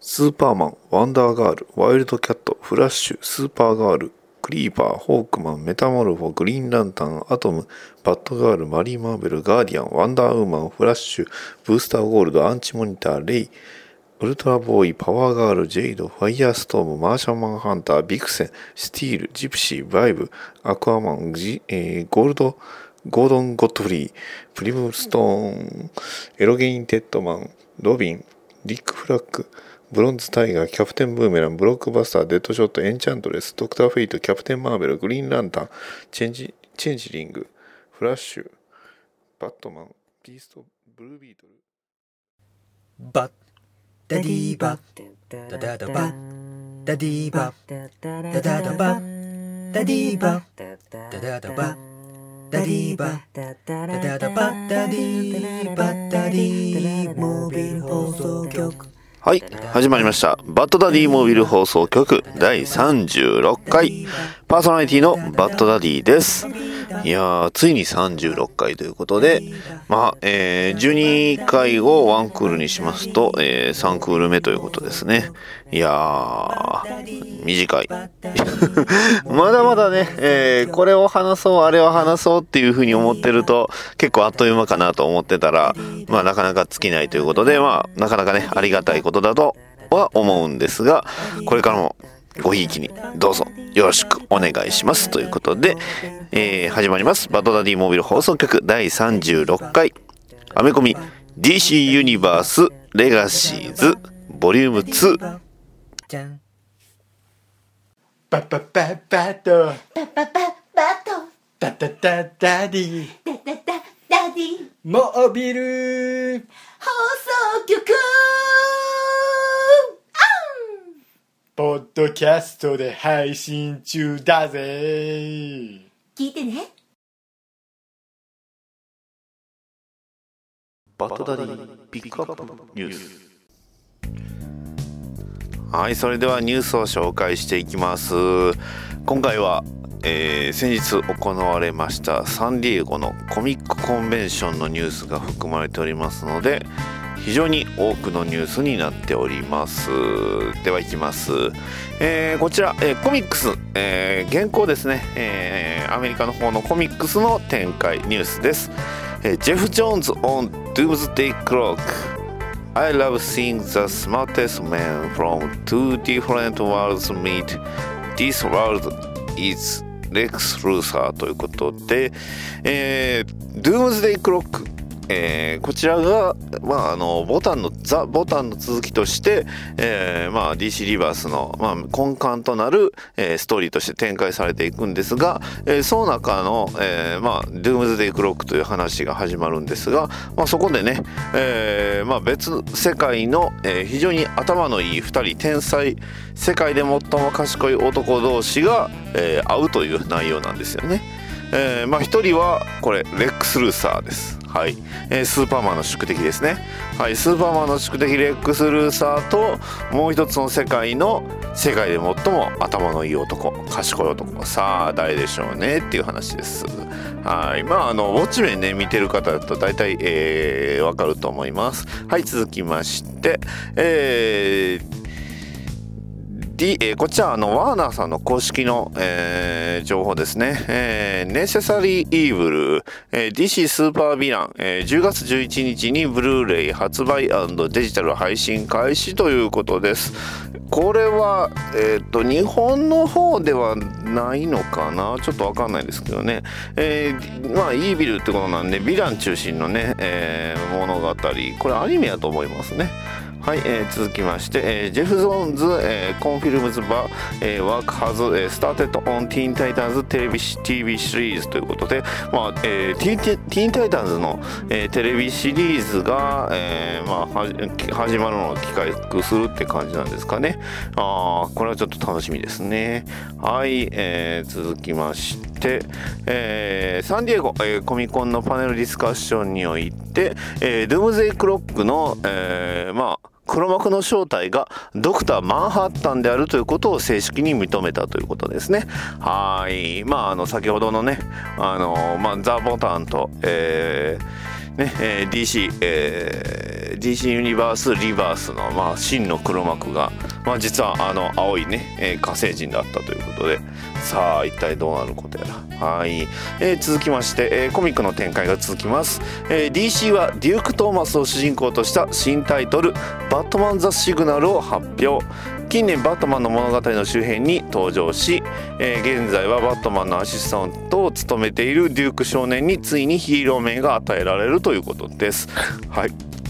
スーパーマン、ワンダーガール、ワイルドキャット、フラッシュ、スーパーガール、クリーパー、ホークマン、メタモルフォ、グリーンランタン、アトム、バッドガール、マリー・マーベル、ガーディアン、ワンダーウーマン、フラッシュ、ブースターゴールド、アンチモニター、レイ、ウルトラボーイ、パワーガール、ジェイド、ファイヤーストーム、マーシャンマンハンター、ビクセン、スティール、ジプシー、バイブ、アクアマン、ゴードン・ゴッドフリー、プリムストーン、エロゲイン・テッドマン、ロビン、リック・フラッグ、ブロンズ・タイガー、キャプテン・ブーメラン、ブロックバスター、デッドショット、エンチャントレス、ドクター・フェイト、キャプテン・マーベル、グリーン・ランタン、チェンジリング、フラッシュ、バットマン、ビースト、ブルービートル。 バッダディーバッダダダバッダディーバッダダダバッダディーバッダダダバッダディーバッダダダバッダディーバッダディーモービル放送局。 はい、始まりました。バッドダディモービル放送局第36回。パーソナリティのバッドダディです。いやー、ついに36回ということで、12回を1クールにしますと、3クール目ということですね。いやー、短い。まだまだね、これを話そう、あれを話そうっていう風に思ってると、結構あっという間かなと思ってたら、なかなか尽きないということで、なかなかね、ありがたいことだとは思うんですが、これからもごひいきにどうぞよろしくお願いしますということで、始まります。バッドダディモービル放送局第36回アメコミ DC ユニバースレガシーズボリューム2。 じゃん。 バッバッバッバットバッバッバッバットダダダダディダダダダディモービル放送局ポッドキャストで配信中だぜ。 聞いてね。 バッドダディピックアップニュース。はい、それではニュースを紹介していきます。今回は、先日行われましたサンディエゴのコミックコンベンションのニュースが含まれておりますので、非常に多くのニュースになっております。ではいきます。こちら、コミックス、現行ですね、アメリカの方のコミックスの展開ニュースです。ジェフ・ジョーンズ on Doomsday Clock I love seeing the smartest man from two different worlds meet. This world is Lex Luthor ということで、Doomsday Clock、こちらが、ボタンの続きとして、DC リバースの、根幹となる、ストーリーとして展開されていくんですが、その中の、Doomsday Clock という話が始まるんですが、そこでね、別世界の、非常に頭のいい2人天才、世界で最も賢い男同士が、会うという内容なんですよね。一人はこれレックス・ルーサーです。はい、スーパーマンの宿敵ですね。はい、スーパーマンの宿敵レックス・ルーサーと、もう一つの世界で最も頭のいい男、賢い男、さあ誰でしょうねっていう話です。はい、ウォッチメンね見てる方だと大体わかると思います。はい、続きまして、こっちはワーナーさんの公式の、情報ですね。ネセサリー・イーブル、DC スーパーヴィラン、10月11日にブルーレイ発売&デジタル配信開始ということです。これは、日本の方ではないのかな、ちょっとわかんないですけどね。イービルってことなんでヴィラン中心のね、物語、これアニメやと思いますね。はい、続きまして、ジェフ・ゾーンズ、コンフィルムズバー、ワークハズ、スターテッド・オン・ティーン・タイタンズテレビ TV シリーズということで、ティーン・タイタンズの、テレビシリーズが、始まるのを企画するって感じなんですかね。これはちょっと楽しみですね。はい、続きまして、サンディエゴ、コミコンのパネルディスカッションにおいて、ドゥームゼイ・クロックの、黒幕の正体がドクター・マンハッタンであるということを正式に認めたということですね。はい、先ほどのね、ザ・ボタンと、 DC ユニバースリバースの、真の黒幕が、実は青いね、火星人だったということで、さあ一体どうなることやら。はい、続きまして、コミックの展開が続きます。DC はデューク・トーマスを主人公とした新タイトルバットマン・ザ・シグナルを発表。近年バットマンの物語の周辺に登場し、現在はバットマンのアシスタントを務めているデューク少年についにヒーロー名が与えられるということです。はい、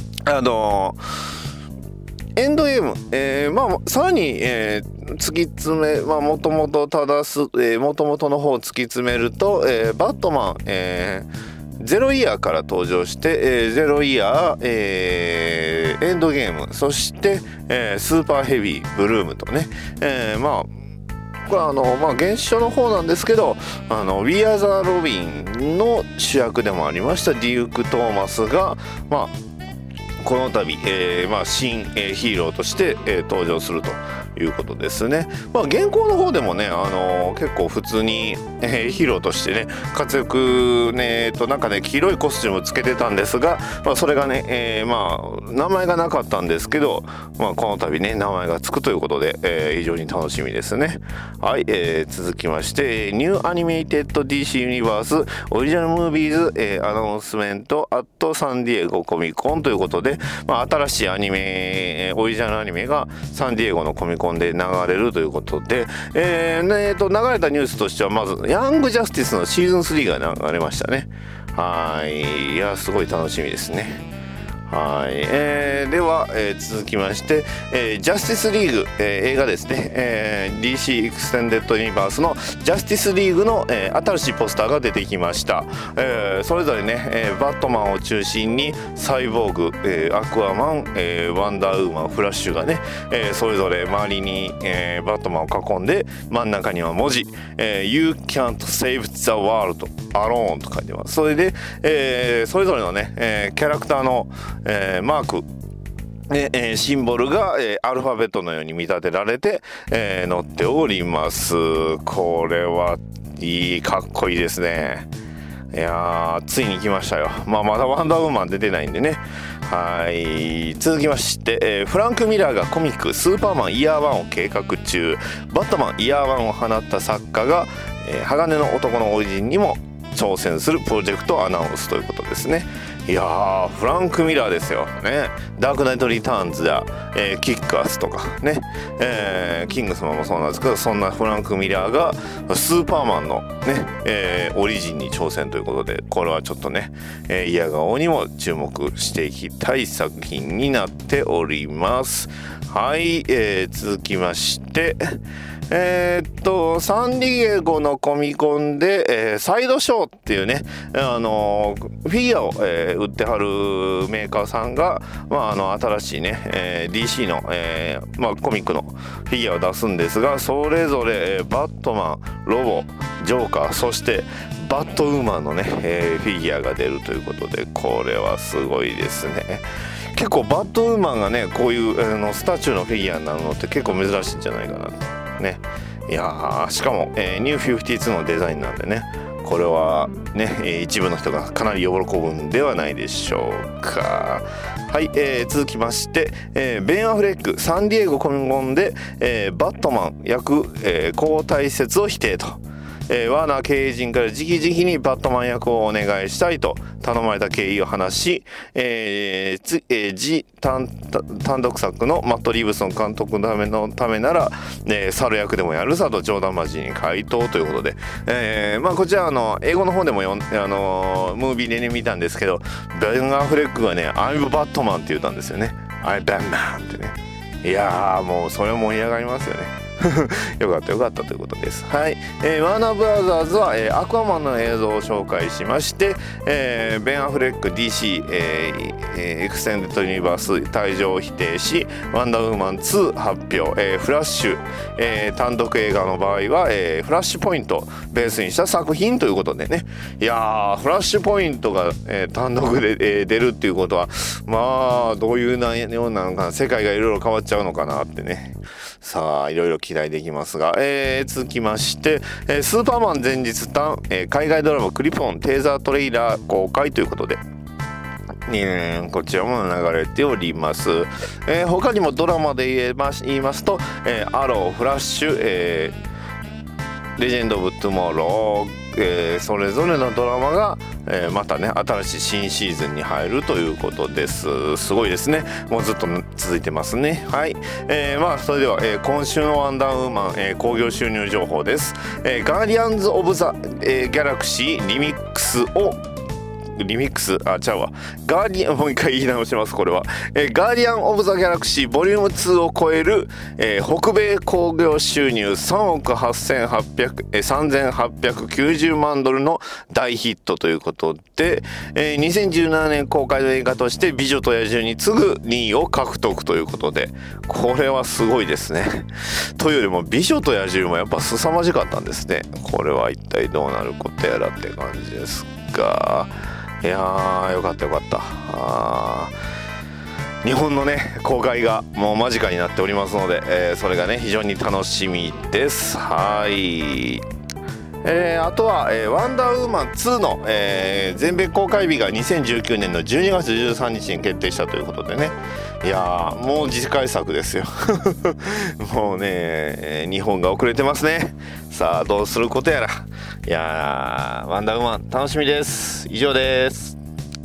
エンドゲーム、さらに、突き詰め、もともとの方を突き詰めると、バットマン、ゼロイヤーから登場して、ゼロイヤー、エンドゲーム、そして、スーパーヘビーブルームとね、これは原始書の方なんですけど、We Are the Robin の主役でもありましたデューク・トーマスが、この度、新、ヒーローとして、登場するということですね。現行の方でもね、結構普通に、ヒーローとしてね活躍ね、なんかね黄色いコスチュームつけてたんですが、それがね、名前がなかったんですけど、この度ね名前がつくということで、非常に楽しみですね。はい、続きましてニューアニメイテッド DC ユニバースオリジナルムービーズ、アナウンスメントアットサンディエゴコミコンということで、新しいアニメ、オリジナルアニメがサンディエゴのコミコンで流れるということで、流れたニュースとしてはまずヤングジャスティスのシーズン3が流れましたね。はい、いやすごい楽しみですね。はい、では、続きまして、ジャスティスリーグ、映画ですね、DC エクステンデッドユニバースのジャスティスリーグの、新しいポスターが出てきました。それぞれね、バットマンを中心にサイボーグ、アクアマン、ワンダーウーマン、フラッシュがね、それぞれ周りに、バットマンを囲んで真ん中には文字、You can't save the world alone と書いてます。それで、それぞれのね、キャラクターのマーク、シンボルが、アルファベットのように見立てられて、載っております。これはいい、かっこいいですね。いやーついに来ましたよ。まだワンダーウーマン出てないんでね。はい、続きまして、フランク・ミラーがコミックスーパーマンイヤー1を計画中。バットマンイヤー1を放った作家が、鋼の男のオリジンにも挑戦するプロジェクトをアナウンスということですね。いやーフランク・ミラーですよね。ダークナイト・リターンズや、キックアスとかね、キングスマンもそうなんですけど、そんなフランク・ミラーがスーパーマンのね、オリジンに挑戦ということで、これはちょっとね、イヤ顔にも注目していきたい作品になっております。はい、続きましてサンディエゴのコミコンで、サイドショーっていうね、フィギュアを、売ってはるメーカーさんが、新しいね、DC の、コミックのフィギュアを出すんですが、それぞれ、バットマン、ロボ、ジョーカー、そしてバットウーマンのね、フィギュアが出るということで、これはすごいですね。結構バットウーマンがねこういうスタチューのフィギュアになるのって結構珍しいんじゃないかなとね。いやしかも、ニュー52のデザインなんでね、これはね、一部の人がかなり喜ぶんではないでしょうか。はい、続きまして、ベン・アフレックサンディエゴコミコンで、バットマン役、交代説を否定と。ワーナー経営陣から直々にバットマン役をお願いしたいと頼まれた経緯を話し、単独作のマット・リーブソン監督のためなら、猿役でもやるさと冗談交じりに回答ということで、こちら英語の方でもムービーでね見たんですけど、ベン・アフレックがね I'm Batman って言ったんですよね。I'm Batman ってね。いやーもうそれ盛り上がりますよね。よかったよかったということです。はい、ワーナーブラザーズは、アクアマンの映像を紹介しまして、ベン・アフレック DC、エクステンデッドユニバース退場を否定し、ワンダーウーマン2発表、フラッシュ、単独映画の場合は、フラッシュポイントをベースにした作品ということでね。いやーフラッシュポイントが、単独で、出るっていうことはどういう内容なのかな、世界がいろいろ変わっちゃうのかなってね。さあいろいろ期待できますが、続きまして、スーパーマン前日談、海外ドラマクリポンテーザートレイラー公開ということで、 こちらも流れております。他にもドラマで言いますと、アロー、フラッシュ、レジェンド・オブ・トゥモロー、それぞれのドラマが、またね新しい新シーズンに入るということです。すごいですね。もうずっと続いてますね。はい、それでは、今週のワンダーウーマン、興行収入情報です。ガーディアンズ・オブ・ザ・ギャラクシーリミックスもう一回言い直します。これは、ガーディアン・オブ・ザ・ギャラクシーボリューム2を超える、北米興行収入3億3890万ドルの大ヒットということで、2017年公開の映画として美女と野獣に次ぐ2位を獲得ということで、これはすごいですね。というよりも美女と野獣もやっぱ凄まじかったんですね。これは一体どうなることやらって感じですが、いやーよかった日本のね公開がもう間近になっておりますので、それがね非常に楽しみです。はい、あとは、ワンダーウーマン2の、全米公開日が2019年の12月13日に決定したということでね、いやーもう次回作ですよもうね、日本が遅れてますね。さあどうすることやら。いやーワンダーウーマン楽しみです。以上です。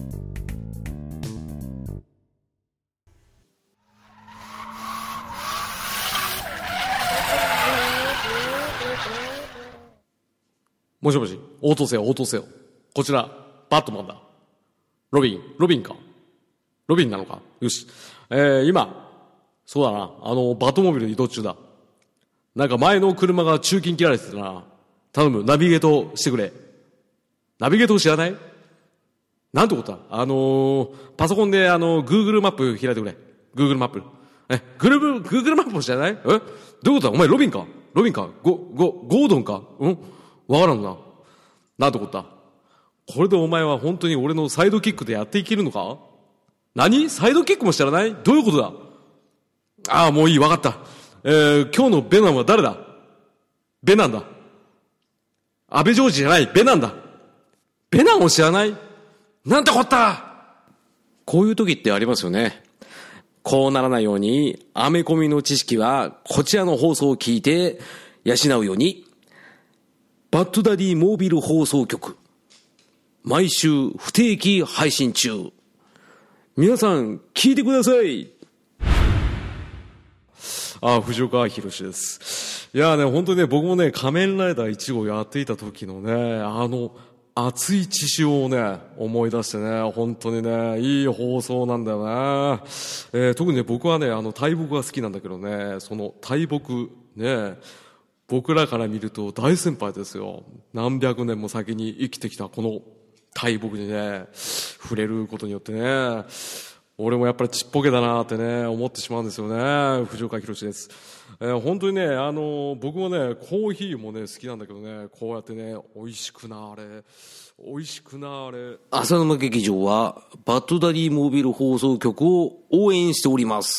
もしもし、応答せよ。こちら、バットマンだ。ロビンか。ロビンなのか。よし。今、そうだな、バトモビル移動中だ。なんか前の車が中金切られてたな。頼む、ナビゲートしてくれ。ナビゲート知らない？なんてことだ。パソコンでGoogle マップ開いてくれ。Google マップ。Google マップも知らない？どういうことだ？お前ロビンか？ゴードンか？わからんな。なんてことだ。これでお前は本当に俺のサイドキックでやっていけるのか？何？サイドキックも知らない？どういうことだ？ああ、もういい、わかった。今日のベナンは誰だ？ベナンだ。安倍ジョージじゃない、ベナンだ。ベナンを知らない？なんてこった！こういう時ってありますよね。こうならないように、アメコミの知識はこちらの放送を聞いて養うように、バッドダディモービル放送局、毎週不定期配信中。皆さん聞いてください。藤岡弘です。いやね、本当にね、僕もね、仮面ライダー1号やっていた時のね、熱い血潮をね、思い出してね、本当にね、いい放送なんだよね。特にね、僕はね、大木が好きなんだけどね、その大木、ね、僕らから見ると大先輩ですよ。何百年も先に生きてきたこの大木にね、触れることによってね、俺もやっぱりちっぽけだなってね、思ってしまうんですよね。藤岡弘です。本当にね、僕もね、コーヒーもね、好きなんだけどね、こうやってね、美味しくなれ。 浅沼劇場は、バッドダディモービル放送局を応援しております。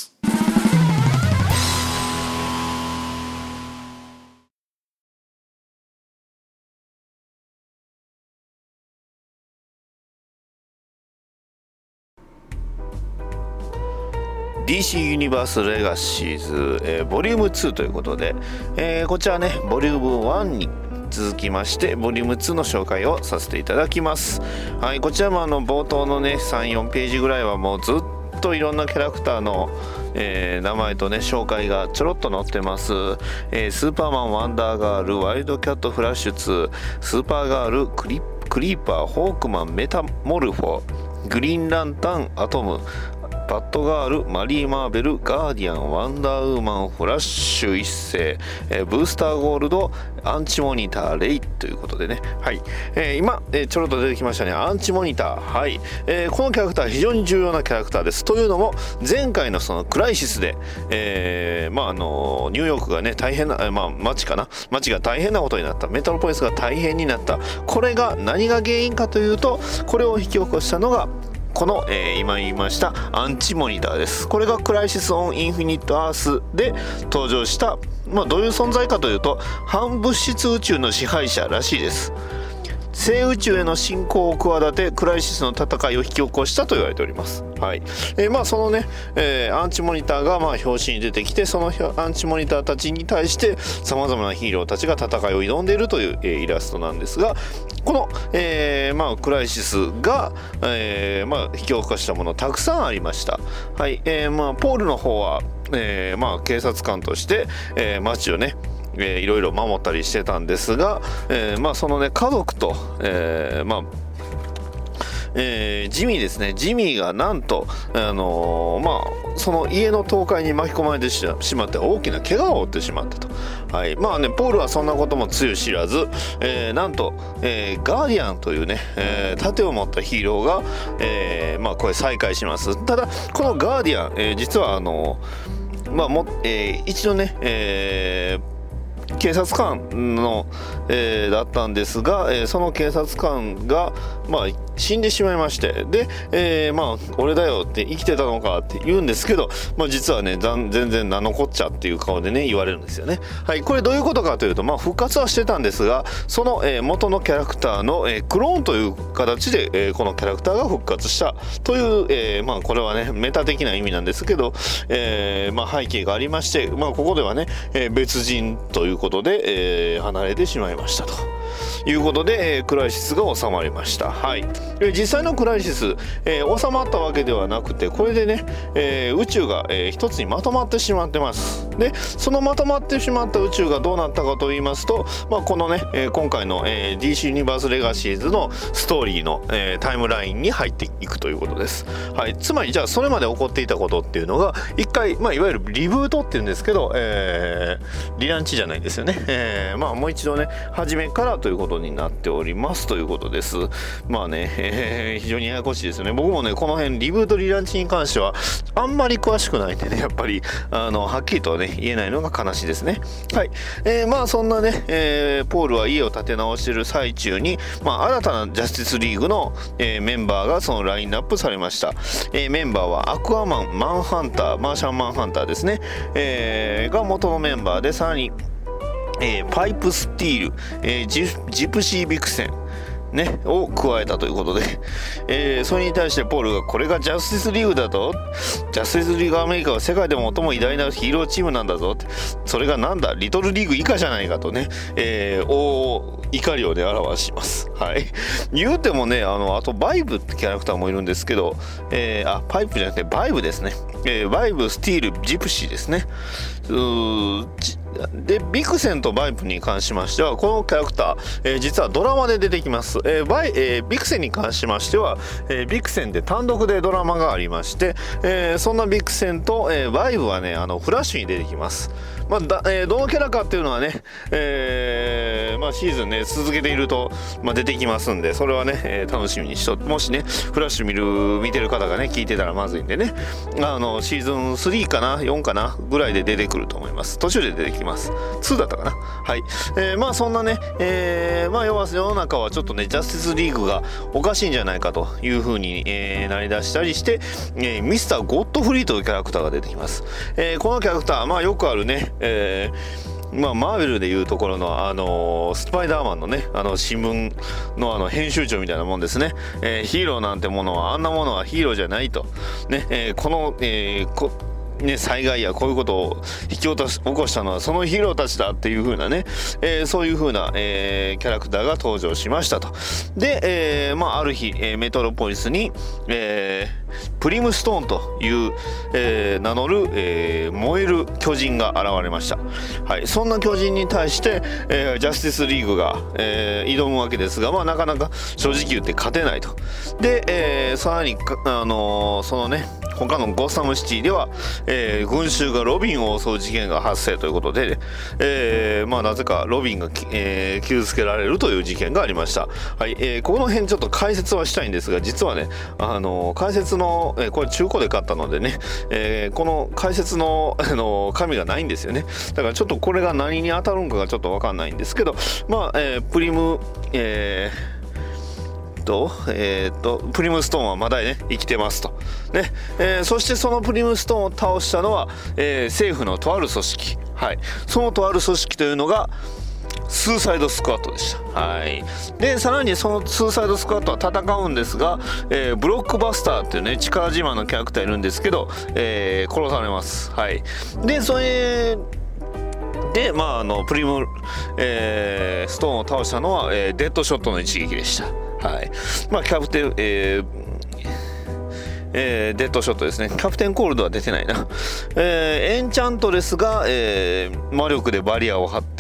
DC ユニバースレガシーズ、ボリューム2ということで、こちらねボリューム1に続きましてボリューム2の紹介をさせていただきます。はい、こちらも冒頭のね 3,4 ページぐらいはもうずっといろんなキャラクターの、名前とね紹介がちょろっと載ってます。スーパーマン、ワンダーガール、ワイルドキャット、フラッシュ2、スーパーガール、クリーパー、ホークマン、メタモルフォ、グリーンランタン、アトム、バットガール、マリー・マーベル、ガーディアン、ワンダーウーマン、フラッシュ一世、ブースターゴールド、アンチモニター、レイということでね、はい、今、ちょろっと出てきましたね、アンチモニター、はい、このキャラクター非常に重要なキャラクターです。というのも前回のそのクライシスで、ニューヨークがね大変な、街が大変なことになった、メトロポリスが大変になった。これが何が原因かというと、これを引き起こしたのがこの、今言いましたアンチモニターです。これがクライシス・オン・インフィニット・アースで登場した、どういう存在かというと、反物質宇宙の支配者らしいです。 聖宇宙への侵攻を企てクライシスの戦いを引き起こしたと言われております。はい。そのね、アンチモニターが表紙に出てきて、そのアンチモニターたちに対して様々なヒーローたちが戦いを挑んでいるという、イラストなんですが、この、クライシスが、引き起こしたものたくさんありました。はい。ポールの方は、警察官として、街をね、いろいろ守ったりしてたんですが、そのね家族と、ジミーですね。ジミーがなんと、その家の倒壊に巻き込まれてしまって大きな怪我を負ってしまったと。はい。ポールはそんなこともつゆ知らず、なんと、ガーディアンというね、盾を持ったヒーローが、これ再会します。ただ、このガーディアン、実は一度ね、警察官の、だったんですが、その警察官が、死んでしまいまして、で、俺だよって生きてたのかって言うんですけど、実はね全然名のこっちゃっていう顔でね言われるんですよね。はい。これどういうことかというと、復活はしてたんですが、その、元のキャラクターの、クローンという形で、このキャラクターが復活したという、これはねメタ的な意味なんですけど、背景がありまして、ここではね、別人ということで、離れてしまいましたということで、クライシスが収まりました。はい。実際のクライシス、収まったわけではなくて、これでね、宇宙が、一つにまとまってしまってます。で、そのまとまってしまった宇宙がどうなったかと言いますと、このね、今回の、DC ユニバースレガシーズのストーリーの、タイムラインに入っていくということです。はい。つまりじゃあそれまで起こっていたことっていうのが一回、いわゆるリブートっていうんですけど、リランチじゃないんですよね。もう一度ね初めからということになっておりますということです。非常にややこしいですよね。僕もねこの辺リブートリランチに関してはあんまり詳しくないんでね、やっぱりはっきりとはね言えないのが悲しいですね。はい。そんなね、ポールは家を建て直している最中に、新たなジャスティスリーグの、メンバーがそのラインナップされました。メンバーはアクアマン、マンハンター、マーシャンマンハンターですね、が元のメンバーで、さらにパイプスティール、ジプシービクセンね、を加えたということで、それに対してポールが、これがジャスティスリーグだと、ジャスティスリーグアメリカは世界で最も偉大なヒーローチームなんだぞって、それがなんだリトルリーグ以下じゃないかとね、大怒りをね表します。はい。言うてもね、あとバイブってキャラクターもいるんですけど、パイプじゃなくてバイブですね。バイブ、スティール、ジプシーですね。でビクセンとバイプに関しましては、このキャラクター、実はドラマで出てきます。ビクセンに関しましては、ビクセンで単独でドラマがありまして、そんなビクセンと、バイブはねフラッシュに出てきます。どのキャラかっていうのはね、シーズンね続けていると、出てきますんで、それはね、楽しみにしと、もしねフラッシュ見てる方がね聞いてたらまずいんでね、シーズン3かな4かなぐらいで出てくると思います。途中で出てきます。2だったかな。はい。そんなね、要は世の中はちょっとねジャスティスリーグがおかしいんじゃないかという風に、なりだしたりして、ミスターゴッドフリーというキャラクターが出てきます。このキャラクター、よくあるね、マーベルでいうところのスパイダーマンのね新聞の編集長みたいなもんですね。ヒーローなんてものは、あんなものはヒーローじゃないとね、災害やこういうことを引き起こしたのはそのヒーローたちだっていう風なね、そういう風な、キャラクターが登場しましたと。で、ある日、メトロポリスに、プリムストーンという、名乗る、燃える巨人が現れました。はい。そんな巨人に対して、ジャスティスリーグが、挑むわけですが、なかなか正直言って勝てないと。で、さらにそのね他のゴッサムシティでは、群衆がロビンを襲う事件が発生ということで、なぜかロビンが、傷つけられるという事件がありました。はい。この辺ちょっと解説はしたいんですが、実はね解説の、これ中古で買ったのでね、この解説の、紙がないんですよね。だからちょっとこれが何に当たるんかがちょっと分かんないんですけど、プリム、プリムストーンはまだね生きてますとね、そしてそのプリムストーンを倒したのは、政府のとある組織、はい、そのとある組織というのがスーサイドスクワットでした。はい。で、さらにそのスーサイドスクワットは戦うんですが、ブロックバスターっていうね、力自慢のキャラクターいるんですけど、殺されます。はい。で、それで、プリム、ストーンを倒したのは、デッドショットの一撃でした。はい。キャプテン、デッドショットですね。キャプテンコールドは出てないな。エンチャントレスが、魔力でバリアを張って、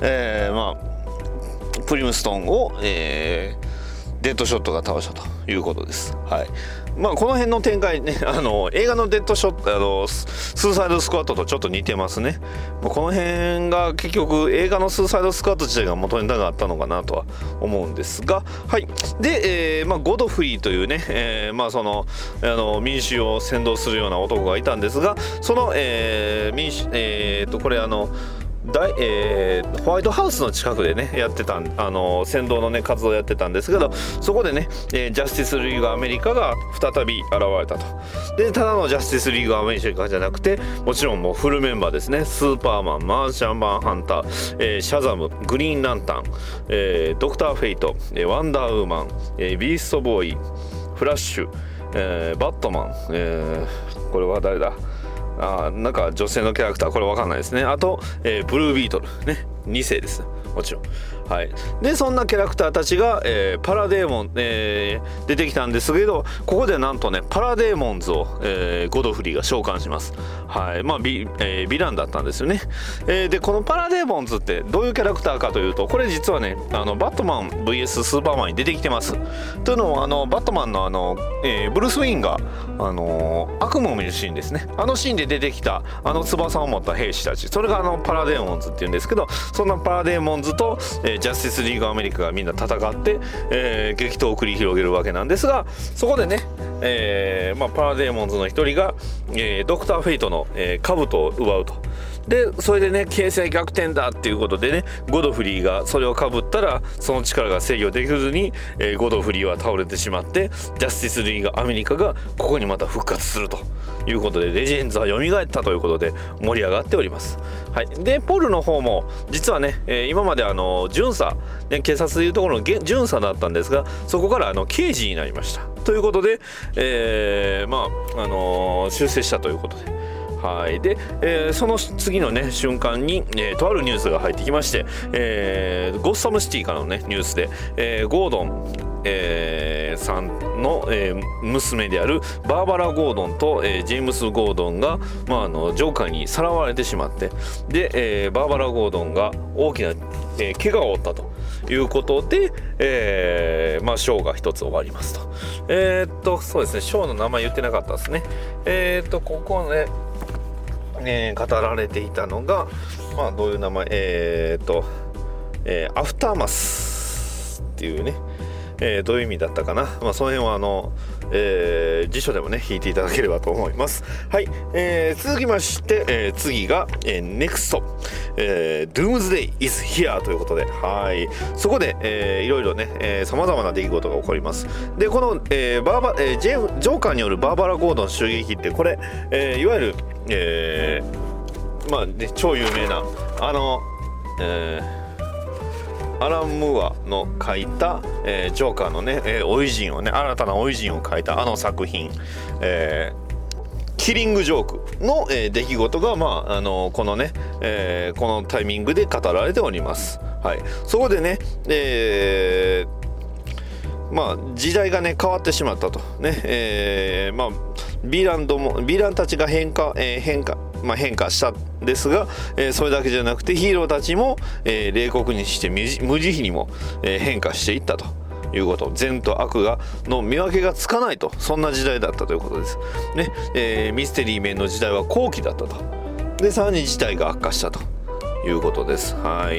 プリムストーンを、デッドショットが倒したということです。はい。この辺の展開ね、映画のデッドショット、スーサイドスクワットとちょっと似てますね。この辺が結局映画のスーサイドスクワット自体が元ネタがあったのかなとは思うんですが、はい。で、ゴドフリーというね、民衆を先導するような男がいたんですが、その、これホワイトハウスの近くでねやってた先導のね活動をやってたんですけど、そこでね、ジャスティスリーグアメリカが再び現れたと。で、ただのジャスティスリーグアメリカじゃなくて、もちろんもうフルメンバーですね。スーパーマン、マーシャンマンハンター、シャザム、グリーンランタン、ドクターフェイト、ワンダーウーマン、ビーストボーイ、フラッシュ、バットマン、これは誰だ、なんか女性のキャラクター、これわかんないですね。あと、ブルービートルね、2世です、もちろん。はい。で、そんなキャラクターたちが、パラデーモン、出てきたんですけど、ここでなんとねパラデーモンズを、ゴドフリーが召喚します。はい。ヴィランだったんですよね。で、このパラデーモンズってどういうキャラクターかというと、これ実はねバットマン VS スーパーマンに出てきてます。というのはバットマンのブルース・ウィーンが悪夢を見るシーンですね。あのシーンで出てきた翼を持った兵士たち、それがパラデーモンズっていうんですけど、そんなパラデーモンズと、ジャスティスリーグアメリカがみんな戦って、激闘を繰り広げるわけなんですが、そこでね、パラデーモンズの一人が、ドクターフェイトの、兜を奪うと。で、それでね形勢逆転だっていうことでね、ゴドフリーがそれをかぶったらその力が制御できずに、ゴドフリーは倒れてしまって、ジャスティスリーグアメリカがここにまた復活するということで、レジェンズは蘇ったということで盛り上がっております。はい。で、ポルの方も実はね、今まで巡査、ね、警察でいうところの巡査だったんですが、そこから刑事になりましたということで、修正したということで。はい。で、その次のね瞬間に、とあるニュースが入ってきまして、ゴッサムシティからのねニュースで、ゴードン、さんの、娘であるバーバラ・ゴードンと、ジェームス・ゴードンが、ジョーカーにさらわれてしまって、で、バーバラ・ゴードンが大きな、怪我を負ったということで、ショーが一つ終わりますと。そうですね、ショーの名前言ってなかったですね。ここね、語られていたのが、どういう名前、アフターマスっていうね、どういう意味だったかな、その辺は辞書でもね引いていただければと思います。はい。続きまして、次が、NEXT、Doomsday is here ということで、はい。そこで、いろいろね、様々な出来事が起こります。で、この、ジョーカーによるバーバラ・ゴードン襲撃って、これ、いわゆる、超有名なアラン・ムーアの書いた、ジョーカーのね、オリジンをね、新たなオリジンを書いた作品、キリング・ジョークの、出来事が、このね、このタイミングで語られております。はい。そこでね、時代がね変わってしまったとね、ヴィランたちが変化したんですが、それだけじゃなくてヒーローたちも、冷酷にして無慈悲にも、変化していったということ、善と悪の見分けがつかないと、そんな時代だったということですね。ミステリー面の時代は後期だったと。で、さらに事態が悪化したということです。はい。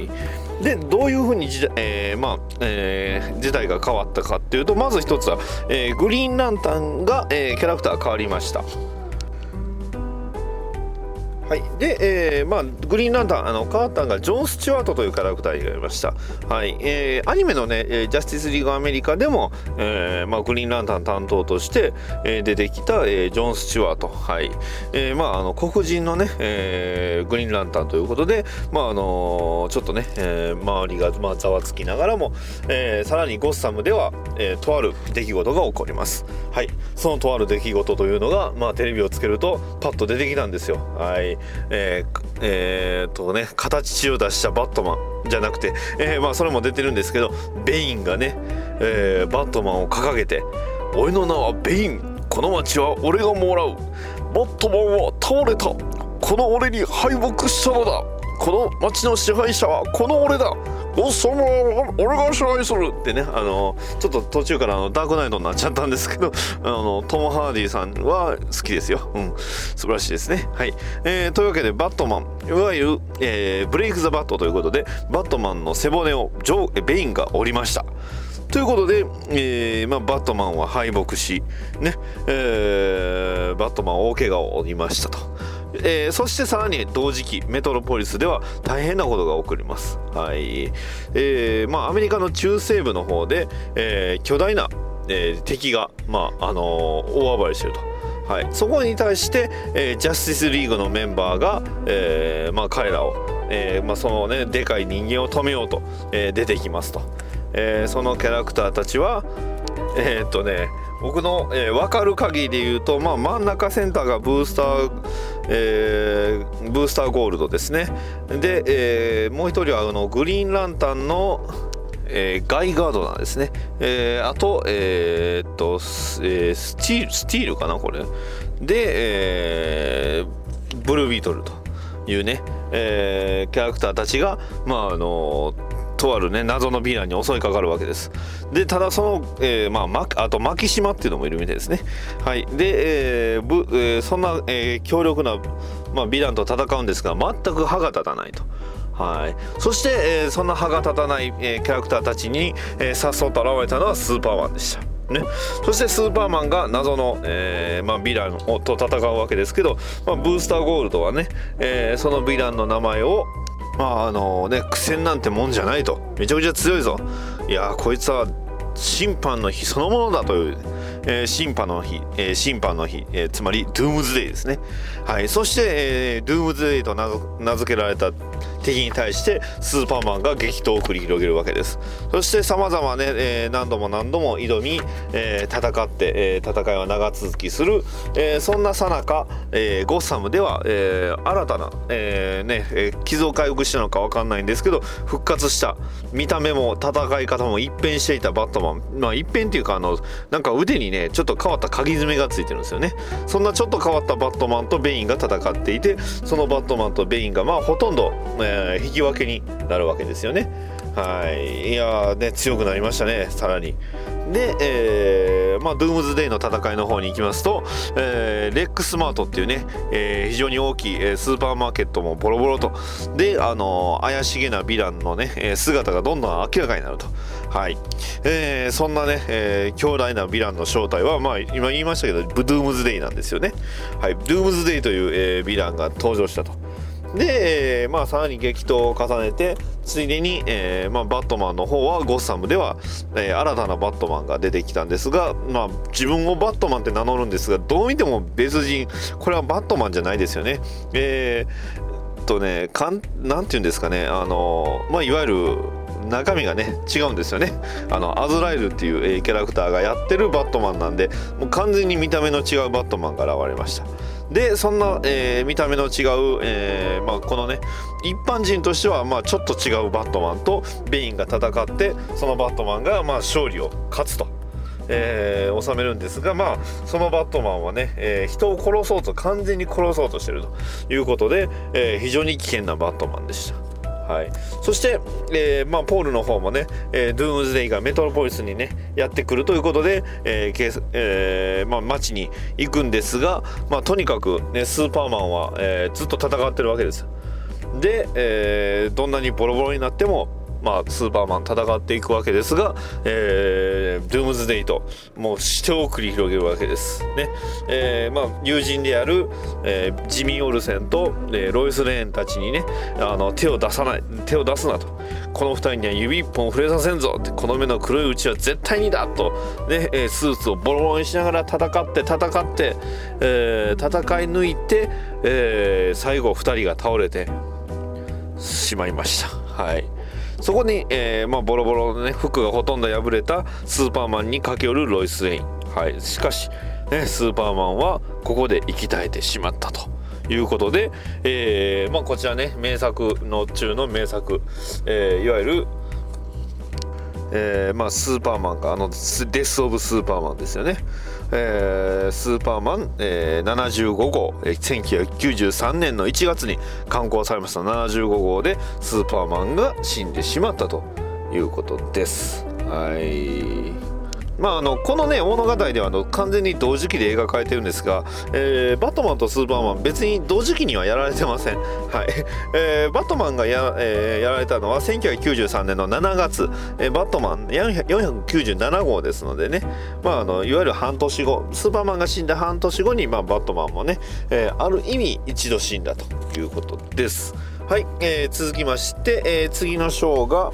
で、どういうふうに事態が変わったかっていうと、まず一つは、グリーンランタンが、キャラクター変わりました。 はい、で、グリーンランタンカータンがジョン・スチュワートというキャラクターになりました。はい、アニメのね、ジャスティスリーグアメリカでも、グリーンランタン担当として、出てきた、ジョン・スチュワート、はい、黒人のね、グリーンランタンということで、ちょっとね、周りが、ざわつきながらも、さらにゴッサムでは、とある出来事が起こります。はい、そのとある出来事というのが、テレビをつけるとパッと出てきたんですよ。はい、形血を出したバットマンじゃなくて、それも出てるんですけど、ベインがね、バットマンを掲げて、俺の名はベイン、この街は俺がもらう、バットマンは倒れた、この俺に敗北したのだ、この街の支配者はこの俺だ、おっさんは俺が支配するってね、ちょっと途中からダークナイトになっちゃったんですけど、トム・ハーディさんは好きですよ。素晴らしいですね。はい、というわけでバットマン、いわゆる、ブレイク・ザ・バットということで、バットマンの背骨をベインが折りました。ということで、バットマンは敗北し、ね、バットマンは大怪我を負いましたと。そしてさらに同時期メトロポリスでは大変なことが起こります。はい、アメリカの中西部の方で、巨大な、敵が、大暴れしていると。はい、そこに対して、ジャスティスリーグのメンバーが、彼らを、そのねでかい人間を止めようと、出てきますと。そのキャラクターたちは僕の、分かる限りで言うと、真ん中センターがブースターゴールドですね。で、もう一人はグリーンランタンの、ガイ・ガードナーですね。あと、スティールかなこれで、ブルービートルというね、キャラクターたちがとあるね謎のヴィランに襲いかかるわけです。でただその、あとマキシマっていうのもいるみたいですね。はい、で、そんな、強力な、ヴィランと戦うんですが全く歯が立たないと。はい、そして、そんな歯が立たない、キャラクターたちに、さっそうと現れたのはスーパーマンでした。ね、そしてスーパーマンが謎の、ヴィランと戦うわけですけど、ブースターゴールドはね、そのヴィランの名前を苦戦なんてもんじゃないと、めちゃくちゃ強いぞ、いやこいつは審判の日そのものだという、審判の日、つまりドゥームズデイですね。はい、そして、ドゥームズデイと名付けられた敵に対してスーパーマンが激闘を繰り広げるわけです。そして様々ね、何度も挑み、戦って、戦いは長続きする、そんなさなか、ゴッサムでは、新たな、傷を回復したのか分かんないんですけど復活した見た目も戦い方も一変していたバットマン、一変っていうかなんか腕にねちょっと変わった鍵爪がついてるんですよね。そんなちょっと変わったバットマンとベインが戦っていて、そのバットマンとベインがほとんど、引き分けになるわけですよね。はい、いやね強くなりましたねさらに。で、ドゥームズデイの戦いの方に行きますと、レックスマートっていうね、非常に大きい、スーパーマーケットもボロボロとで、怪しげなヴィランのね、姿がどんどん明らかになると。はい、そんなね、強大なヴィランの正体は今言いましたけどドゥームズデイなんですよね。はい、ドゥームズデイという、ヴィランが登場したと。で、さらに激闘を重ねてついでに、バットマンの方はゴッサムでは、新たなバットマンが出てきたんですが、自分をバットマンって名乗るんですがどう見ても別人、これはバットマンじゃないですよね。なんていうんですかね、いわゆる中身がね違うんですよね。アズラエルっていう、キャラクターがやってるバットマンなんで、もう完全に見た目の違うバットマンが現れました。でそんな、見た目の違う、このね一般人としてはちょっと違うバットマンとベインが戦ってそのバットマンが勝利を勝つと、収めるんですが、そのバットマンはね、人を殺そうと完全に殺そうとしているということで、非常に危険なバットマンでした。はい、そして、ポールの方もね、ドゥームズデイがメトロポリスにねやってくるということで、街に行くんですが、とにかく、ね、スーパーマンは、ずっと戦ってるわけです。で、どんなにボロボロになっても、 スーパーマン戦っていくわけですが、ドゥームズデイともう死闘を繰り広げるわけですね。友人である、ジミー・オルセンと、ロイス・レーンたちにね手を出すなと、この2人には指一本触れさせんぞって、この目の黒いうちは絶対にだと、ねスーツをボロボロにしながら戦って戦い抜いて、最後2人が倒れてしまいました。はい、そこに、ボロボロの、ね、服がほとんど破れたスーパーマンに駆け寄るロイス・レイン、はい、しかし、スーパーマンはここで生き絶えてしまったということで、こちらね名作の中の名作、いわゆるスーパーマンかデス・オブ・スーパーマンですよね。スーパーマン、75号、1993年の1月に刊行されました75号でスーパーマンが死んでしまったということです。はい、このね物語では完全に同時期で描かれてるんですが、バットマンとスーパーマン別に同時期にはやられてません。はい、バットマンがやられたのは1993年の7月、バットマン497号ですのでね、いわゆる半年後、スーパーマンが死んだ半年後に、バットマンもね、ある意味一度死んだということです。はい、続きまして、次の章が、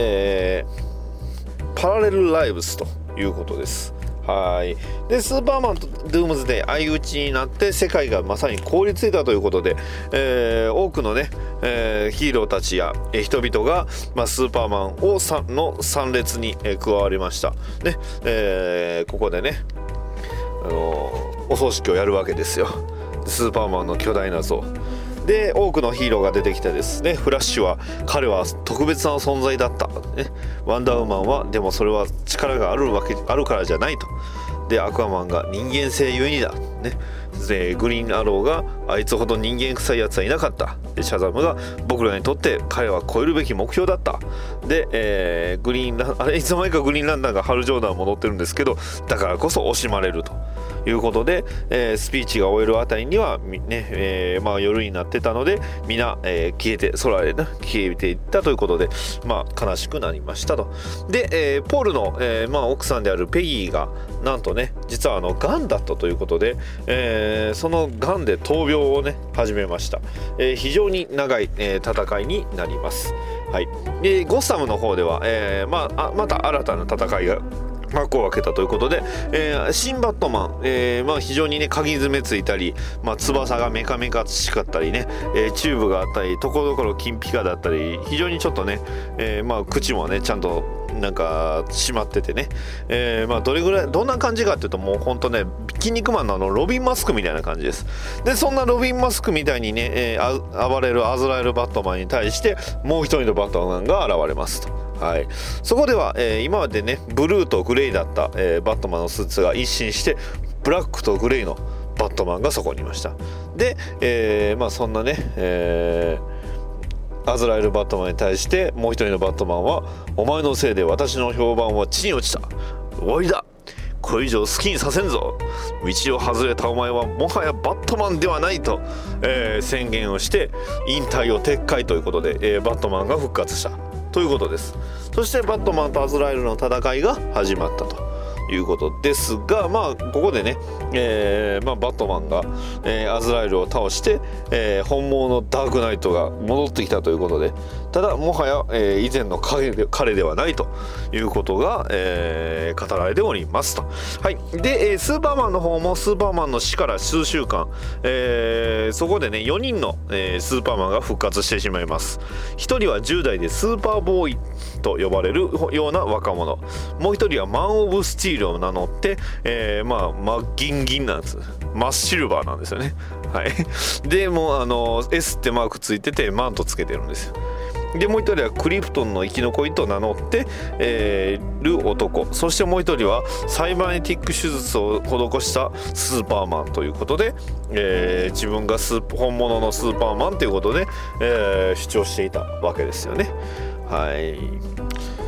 パラレルライブスということです。はい。で、スーパーマンとドゥームズデイ相打ちになって世界がまさに凍りついたということで、多くのね、ヒーローたちや、人々が、スーパーマンの参列に、加わりました。ね、ここでね、お葬式をやるわけですよ。スーパーマンの巨大な像。で多くのヒーローが出てきてですね、フラッシュは彼は特別な存在だった、ね、ワンダーウーマンはでもそれは力があるからじゃないと。でアクアマンが人間性ゆえにだ、ね、でグリーンアローがあいつほど人間臭いやつはいなかった。でシャザムが僕らにとって彼は超えるべき目標だった。で、いつの間にかグリーンランナーがハルジョーダン戻ってるんですけど、だからこそ惜しまれるということで、スピーチが終えるあたりには、ね夜になってたのでみんな、空へ消えていったということで、悲しくなりましたと。で、ポールの、奥さんであるペギーがなんとね実はガンだったということで、そのガンで闘病をね始めました。非常に長い、戦いになります。はい、でゴッサムの方では、また新たな戦いが幕を開けたということで、新バットマン、非常にね鍵爪ついたり、翼がメカメカしかったりね、チューブがあったりところどころ金ピカだったり、非常にちょっとね、口もねちゃんとなんか閉まっててね、どんな感じかっていうともうほんとね筋肉マンのロビンマスクみたいな感じです。でそんなロビンマスクみたいにね、暴れるアズラエルバットマンに対してもう一人のバットマンが現れますと。はい、そこでは、今までねブルーとグレイだった、バットマンのスーツが一新してブラックとグレイのバットマンがそこにいました。で、そんなね、アズラエルバットマンに対してもう一人のバットマンはお前のせいで私の評判は地に落ちた、終わりだ、これ以上好きにさせんぞ、道を外れたお前はもはやバットマンではないと、宣言をして引退を撤回ということで、バットマンが復活したということです。そしてバットマンとアズラエルの戦いが始まったということですが、ここでね、バットマンが、アズラエルを倒して、本物のダークナイトが戻ってきたということで、ただもはや、以前の彼ではないということが、語られておりますと。はい、で、スーパーマンの方もスーパーマンの死から数週間、そこでね4人の、スーパーマンが復活してしまいます。1人は10代でスーパーボーイと呼ばれるような若者、もう1人はマン・オブ・スチールを名乗って、ギンギンなんです。真っシルバーなんですよね。はい、でもうS ってマークついててマントつけてるんですよ。でもう一人はクリプトンの生き残りと名乗って、る男、そしてもう一人はサイバネティック手術を施したスーパーマンということで、自分が本物のスーパーマンということで、主張していたわけですよね。はい、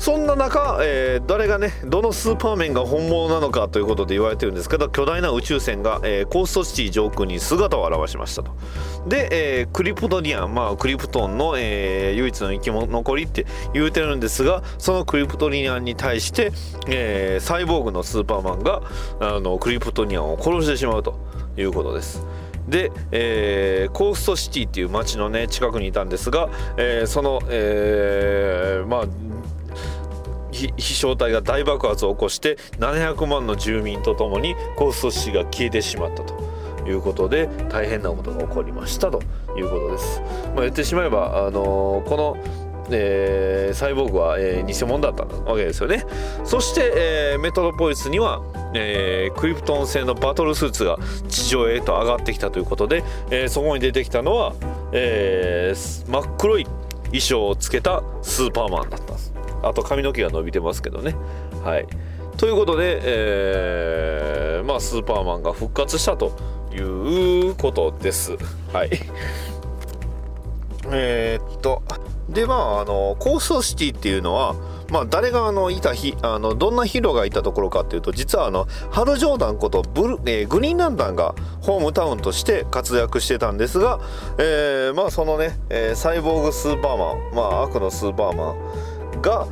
そんな中、誰がねどのスーパーマンが本物なのかということで言われてるんですけど、巨大な宇宙船が、コーストシティ上空に姿を現しましたと。で、クリプトニアン、クリプトンの、唯一の生き物残りって言うてるんですが、そのクリプトニアンに対して、サイボーグのスーパーマンがクリプトニアンを殺してしまうということです。で、コーストシティっていう街のね近くにいたんですが、その、飛翔体が大爆発を起こして700万の住民とともにコーストシティが消えてしまったということで、大変なことが起こりましたということです。言ってしまえばこのサイボーグは、偽物だったわけですよね。そして、メトロポリスには、クリプトン製のバトルスーツが地上へと上がってきたということで、そこに出てきたのは、真っ黒い衣装をつけたスーパーマンだったんです。あと髪の毛が伸びてますけどね。はい、ということで、スーパーマンが復活したということです。はい。でコーストシティっていうのは、誰がいたどんなヒーローがいたところかっていうと、実はハル・ジョーダンことグリーンランタンがホームタウンとして活躍してたんですが、そのね、サイボーグスーパーマン、悪のスーパーマンが、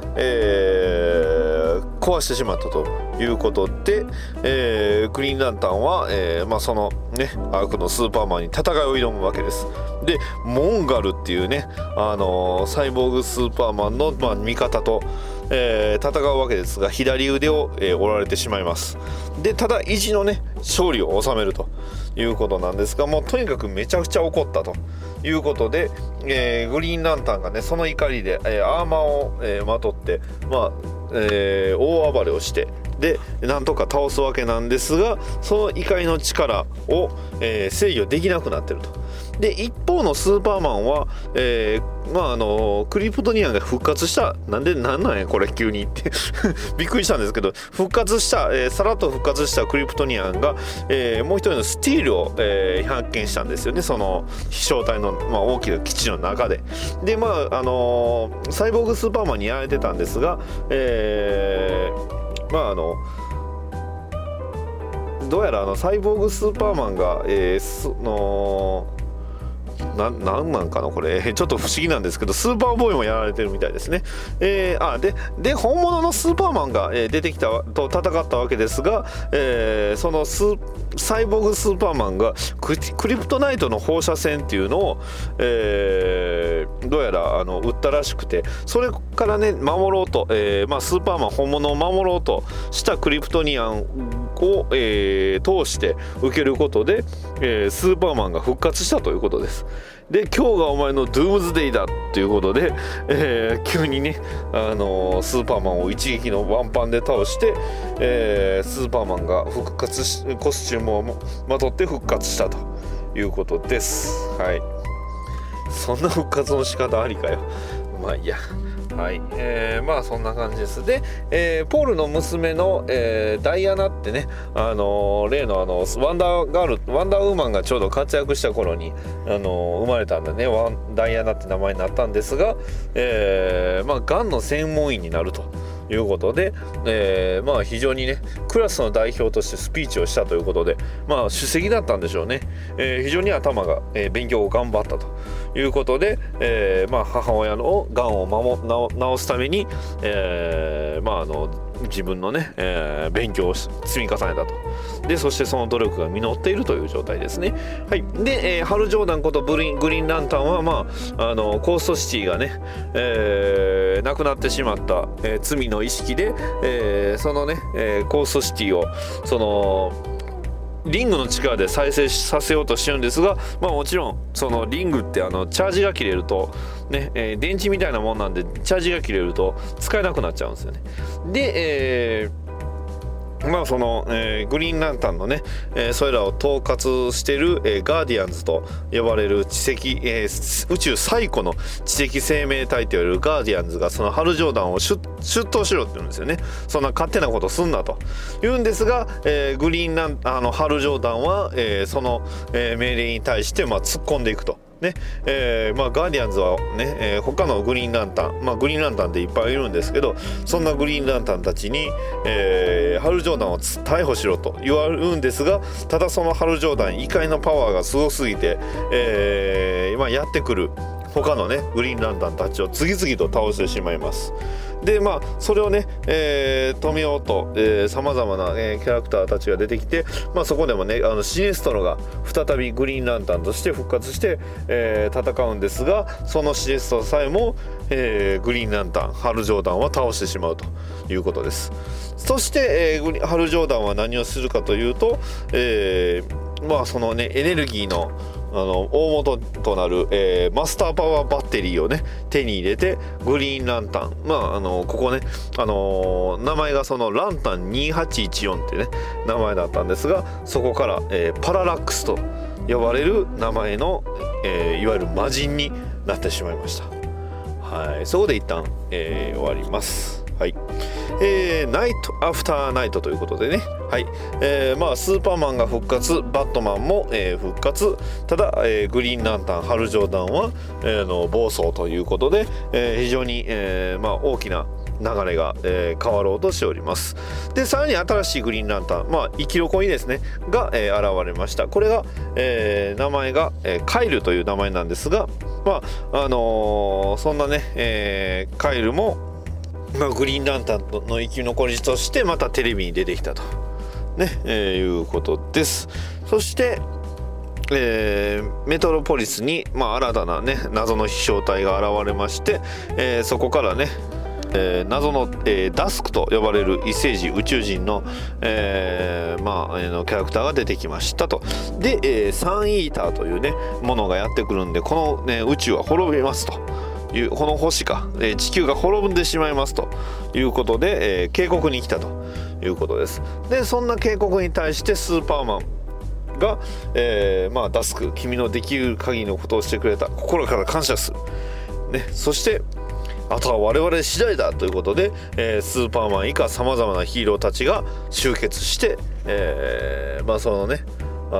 壊してしまったということで、グリーンランタンは、そのね悪のスーパーマンに戦いを挑むわけです。でモンガルっていうね、サイボーグスーパーマンの、味方と、戦うわけですが、左腕を、折られてしまいます。でただ意地のね勝利を収めるということなんですが、もうとにかくめちゃくちゃ怒ったということで、グリーンランタンがねその怒りで、アーマーを、まとって、大暴れをしてでなんとか倒すわけなんですが、その怒りの力を、制御できなくなってると。で一方のスーパーマンは、クリプトニアンが復活した、なんやこれ急にってびっくりしたんですけど、復活した、さらっと復活したクリプトニアンが、もう一人のスティールを、発見したんですよね、その飛翔体の、大きな基地の中で。でサイボーグスーパーマンにやられてたんですが、どうやらサイボーグスーパーマンが、なんかなこれちょっと不思議なんですけど、スーパーボーイもやられてるみたいですね。で本物のスーパーマンが、出てきたと戦ったわけですが、そのサイボーグスーパーマンがクリプトナイトの放射線っていうのを、どうやら撃ったらしくて、それからね守ろうと、スーパーマン本物を守ろうとしたクリプトニアンを、通して受けることで、スーパーマンが復活したということです。で今日がお前のドゥームズデイだということで、急にね、スーパーマンを一撃のワンパンで倒して、スーパーマンが復活しコスチュームをまとって復活したということです。はい、そんな復活の仕方ありかよ。まあいいや。はい、そんな感じです。で、ポールの娘の、ダイアナってね、例のワンダーウーマンがちょうど活躍した頃に生まれたんでね、ダイアナって名前になったんですが、がんの専門医になるということで、非常にねクラスの代表としてスピーチをしたということで、首席だったんでしょうね。非常に頭が、勉強を頑張ったということで、母親のがんを治すために、自分のね、勉強を積み重ねたと。でそしてその努力が実っているという状態ですね。はい。で、ハル・ジョーダンことグリーンランタンは、コーストシティがね、亡くなってしまった、罪の意識で、そのね、コーストシティをそのリングの力で再生させようとしてるんですが、もちろんそのリングってチャージが切れるとね、電池みたいなもんなんでチャージが切れると使えなくなっちゃうんですよね。で、その、グリーンランタンのね、それらを統括している、ガーディアンズと呼ばれる知的、宇宙最古の知的生命体といわれるガーディアンズがそのハル・ジョーダンを出頭しろって言うんですよね。そんな勝手なことすんなと言うんですが、グリーンランハル・ジョーダンは、その、命令に対して突っ込んでいくとね、ガーディアンズはね、他のグリーンランタン、グリーンランタンっていっぱいいるんですけど、そんなグリーンランタンたちに、ハル・ジョーダンを逮捕しろと言われるんですが、ただそのハル・ジョーダン異界のパワーがすごすぎて、やってくる他のねグリーンランタンたちを次々と倒してしまいます。でそれをね、止めようとさまざまな、キャラクターたちが出てきて、そこでもねシネストロが再びグリーンランタンとして復活して、戦うんですが、そのシネストロさえも、グリーンランタンハル・ジョーダンは倒してしまうということです。そして、ハル・ジョーダンは何をするかというと、そのねエネルギーの大元となる、マスターパワーバッテリーをね手に入れて、グリーンランタン、ここね、名前がそのランタン2814ってね名前だったんですが、そこから、パララックスと呼ばれる名前の、いわゆる魔人になってしまいました。はい、そこで一旦、終わります。はい、ナイトアフターナイトということでね、はい、スーパーマンが復活、バットマンも、復活、ただ、グリーンランタンハル・ジョーダンは、暴走ということで、非常に、大きな流れが、変わろうとしております。でさらに新しいグリーンランタン、生き残りですねが、現れました。これが、名前が、カイルという名前なんですが、そんなね、カイルもグリーンランタンの生き残りとしてまたテレビに出てきたと、いうことです。そして、メトロポリスに、新たな、謎の飛翔体が現れまして、そこからね、謎の、ダスクと呼ばれる異星人宇宙人の、キャラクターが出てきましたと。で、サンイーターというねものがやってくるんで、この、宇宙は滅びますと。この星か、地球が滅んでしまいますということで、警告に来たということです。でそんな警告に対してスーパーマンが、ダスク、君のできる限りのことをしてくれた、心から感謝する、そしてあとは我々次第だということで、スーパーマン以下さまざまなヒーローたちが集結して、そのね、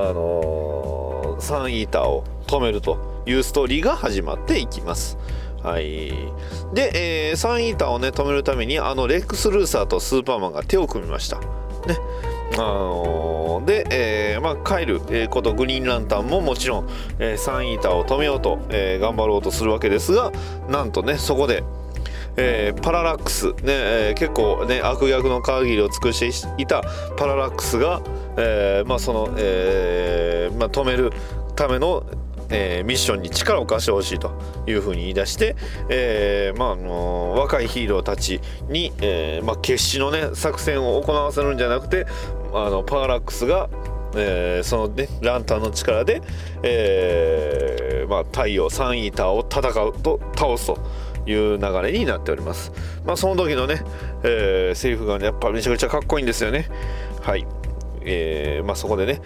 サンイーターを止めるというストーリーが始まっていきます。はい、で、サンイーターをね止めるためにレックス・ルーサーとスーパーマンが手を組みましたね。で、カイル、ことグリーンランタンももちろん、サンイーターを止めようと、頑張ろうとするわけですが、なんとねそこで、パララックス、結構ね悪役の限りを尽くしていたパララックスが、その、止めるためのミッションに力を貸してほしいというふうに言い出して、若いヒーローたちに、決死のね作戦を行わせるんじゃなくて、パララックスが、そのねランタンの力で、太陽サンイーターを倒すという流れになっております。その時のね、セリフがねやっぱめちゃくちゃかっこいいんですよね。はい、そこでね、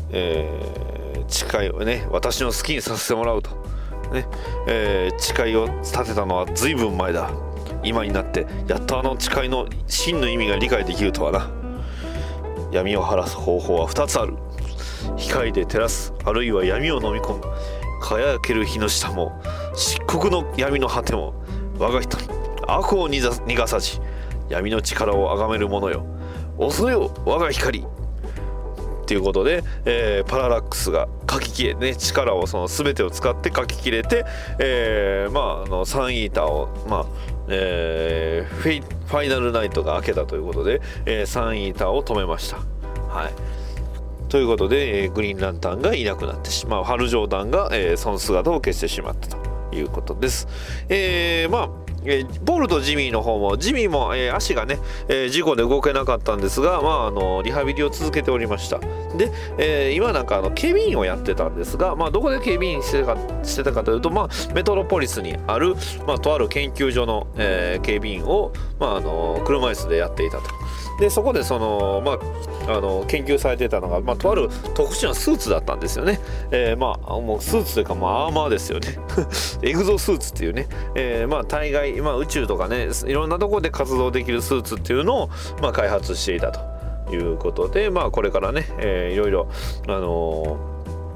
誓いをね私の好きにさせてもらうと、誓いを立てたのは随分前だ。今になってやっと誓いの真の意味が理解できるとはな。闇を晴らす方法は2つある。光で照らす、あるいは闇を飲み込む。輝ける日の下も漆黒の闇の果ても我が人に悪を逃がさじ、闇の力を崇める者よ、恐れよ我が光ということで、パララックスが書ききれね、力をその全てを使って書ききれて、サンイーターを、ファイナルナイトが明けたということで、サンイーターを止めました。はい。ということで、グリーンランタンがいなくなってしまう、ハル・ジョーダンが、その姿を消してしまったということです。ポールとジミーも、足がね、事故で動けなかったんですが、リハビリを続けておりました。で、今なんか警備員をやってたんですが、どこで警備員してたかというと、メトロポリスにある、とある研究所の、警備員を、車椅子でやっていたと。でそこでその、研究されてたのが、とある特殊なスーツだったんですよね。もうスーツというか、アーマーですよねエグゾスーツっていうね、大概、宇宙とかねいろんなところで活動できるスーツっていうのを、開発していたということで、これからね、いろいろ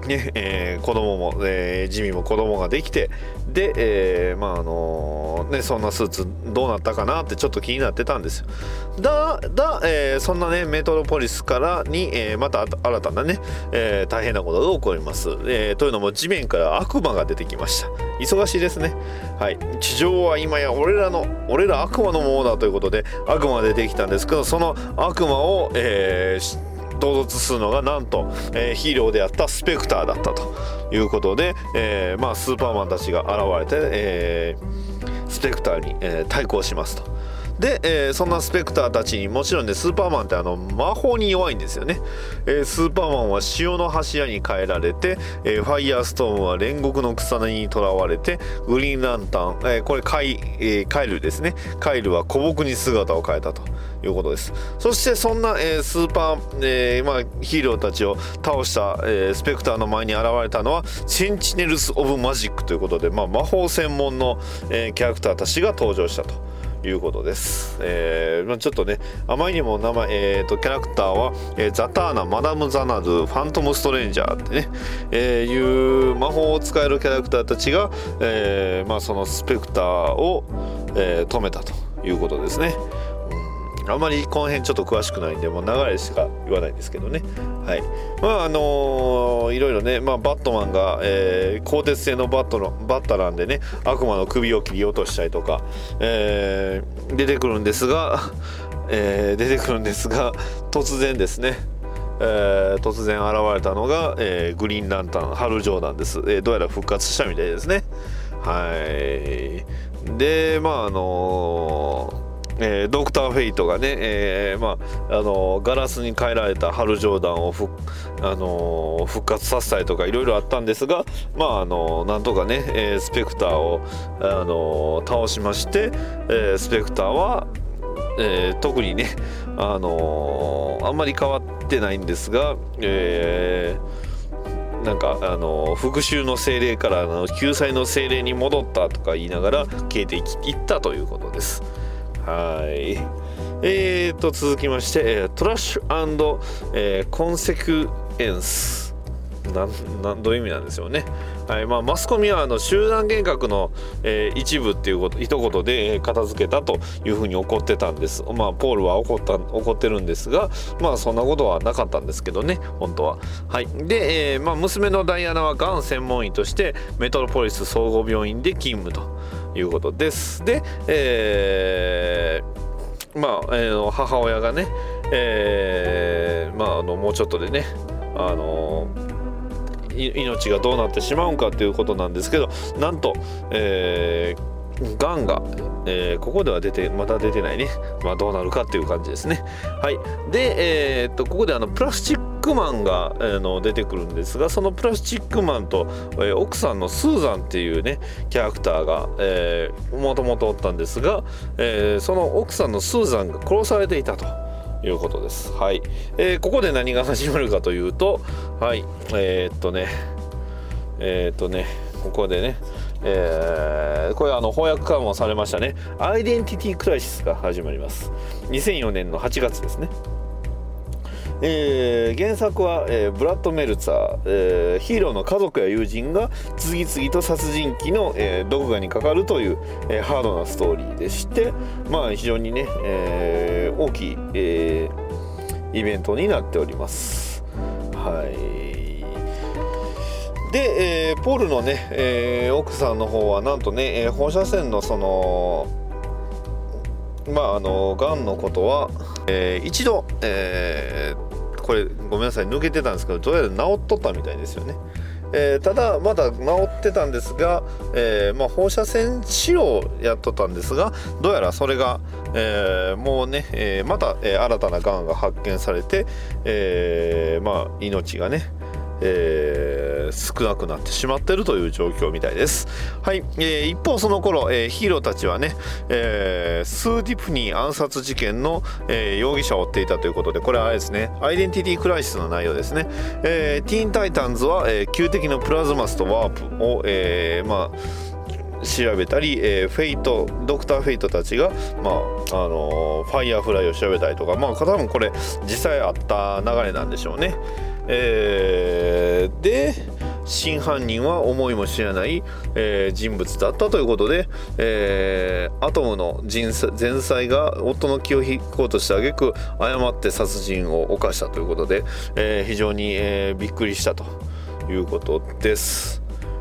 ね、子供も、ジミーも子供ができて、で、そんなスーツどうなったかなってちょっと気になってたんですよ。そんなねメトロポリスからに、また新たなね、大変なことが起こります。というのも地面から悪魔が出てきました。忙しいですね。はい、地上は今や俺ら悪魔のものだということで悪魔が出てきたんですけど、その悪魔を、同突するのがなんと、ヒーローであったスペクターだったということで、スーパーマンたちが現れて、スペクターに、対抗しますと。で、そんなスペクターたちにもちろんねスーパーマンって魔法に弱いんですよね。スーパーマンは潮の柱に変えられて、ファイヤーストームは煉獄の草にとらわれて、グリーンランタン、これカイルですね。カイルは古木に姿を変えたということです。そしてそんな、スーパー、ヒーローたちを倒した、スペクターの前に現れたのはセンチネルス・オブ・マジックということで、魔法専門の、キャラクターたちが登場したということです。ちょっとねあまりにもキャラクターは、ザターナ、マダム・ザナドゥ、ファントム・ストレンジャーってね、いう魔法を使えるキャラクターたちが、そのスペクターを、止めたということですね。あまりこの辺ちょっと詳しくないんでもう流れしか言わないんですけどね。はい、いろいろね、バットマンが、鋼鉄製のバッタランでね悪魔の首を切り落としたりとか、出てくるんですが突然ですね、突然現れたのが、グリーンランタンハル・ジョーダンです。どうやら復活したみたいですね。はい。でドクター・フェイトがね、ガラスに変えられたハル・ジョーダンを復活させたりとかいろいろあったんですが、なんとかね、スペクターを、倒しまして、スペクターは、特にね、あんまり変わってないんですが、復讐の精霊から救済の精霊に戻ったとか言いながら消えていったということです。はい。続きまして、トラッシュ&、コンセクエンスどういう意味なんでしょうね。はい。マスコミは集団幻覚の、一部っていうこと一言で片付けたというふうに怒ってたんです。ポールは怒ってるんですが、そんなことはなかったんですけどね本当は。はい。で、娘のダイアナはがん専門医としてメトロポリス総合病院で勤務ということです。で、母親がね、もうちょっとでね命がどうなってしまうんかということなんですけど、なんと、がんが、ここではまだ出てないね。どうなるかっていう感じですね。はい。で、ここでプラスチックマンが、出てくるんですが、そのプラスチックマンと、奥さんのスーザンっていうねキャラクターがもともとおったんですが、その奥さんのスーザンが殺されていたということです。はい。ここで何が始まるかというと、はい。ここでね、これ翻訳緩和されましたね。アイデンティティクライシスが始まります。2004年の8月ですね。原作は、ブラッド・メルツァー、ヒーローの家族や友人が次々と殺人鬼の、毒牙にかかるという、ハードなストーリーでして、非常にね、大きい、イベントになっております。はい。で、ポールのね、奥さんの方はなんとね、放射線のそのがんのことは、一度、これごめんなさい抜けてたんですけどどうやら治っとったみたいですよね。ただまだ治ってたんですが、放射線治療をやっとったんですが、どうやらそれが、もうね、また、新たながんが発見されて、命がね少なくなってしまっているという状況みたいです。はい。一方その頃、ヒーローたちはね、スー・ディプニー暗殺事件の、容疑者を追っていたということで、これはあれですね、アイデンティティクライシスの内容ですね。ティーンタイタンズは、旧敵のプラズマスとワープを、調べたり、ドクター・フェイトたちが、ファイヤーフライを調べたりとか、多分これ実際あった流れなんでしょうね。 で真犯人は思いも知らない、人物だったということで、アトムの前妻が夫の気を引こうとした挙句誤って殺人を犯したということで、非常に、びっくりしたということです。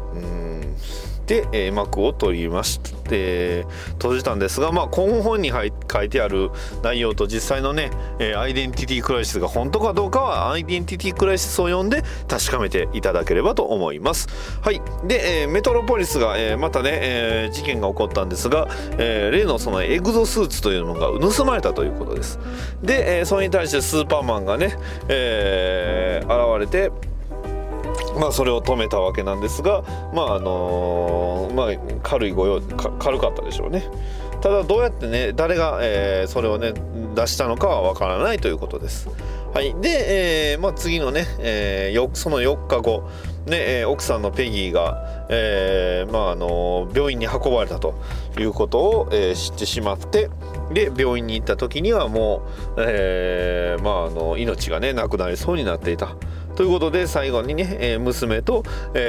で、幕を閉じたんですが、この本に書いてある内容と実際のね、アイデンティティクライシスが本当かどうかはアイデンティティクライシスを読んで確かめていただければと思います。はい。で、メトロポリスが、またね、事件が起こったんですが、例のそのエグゾスーツというのが盗まれたということです。で、それに対してスーパーマンがね、現れて、それを止めたわけなんですが、軽かったでしょうね。ただどうやってね、誰が、それをね出したのかはわからないということです。はい。で、次のね、その4日後ね、奥さんのペギーが、病院に運ばれたということを、知ってしまって、で病院に行った時にはもう、命がねなくなりそうになっていたということで、最後にね、娘と、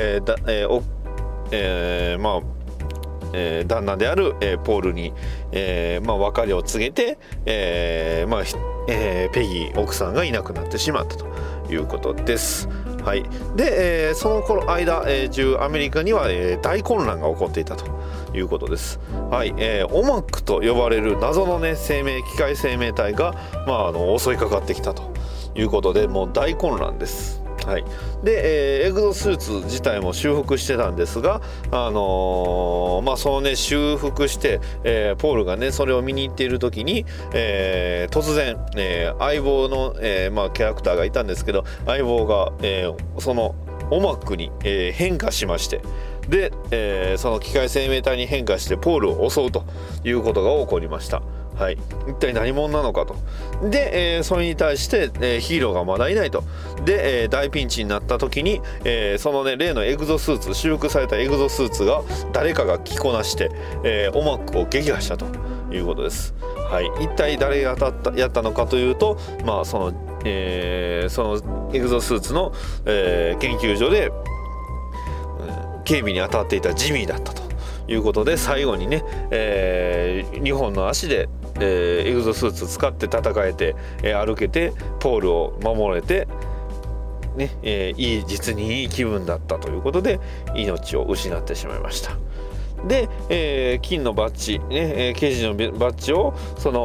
旦那である、ポールに、別れを告げて、ペギー奥さんがいなくなってしまったということです。はい。で、その頃間、中アメリカには、大混乱が起こっていたということです。はい。オマックと呼ばれる謎のね機械生命体が、襲いかかってきたということで、もう大混乱です。はい。で、エグゾスーツ自体も修復してたんですが、そのね修復して、ポールがねそれを見に行っている時に、突然、相棒の、キャラクターがいたんですけど、相棒が、そのオマックに、変化しまして、で、その機械生命体に変化してポールを襲うということが起こりました。はい、一体何者なのかと。で、それに対して、ヒーローがまだいないと。で、大ピンチになった時に、そのね例のエグゾスーツ、修復されたエグゾスーツが誰かが着こなして、オマックを撃破したということです。はい、一体誰がやったのかというと、そのエグゾスーツの、研究所で警備に当たっていたジミーだったということで、最後にね、2本の足で、エグゾスーツ使って戦えて、歩けてポールを守れて、ね、実にいい気分だったということで命を失ってしまいました。で、金のバッジ、ね、刑事のバッジを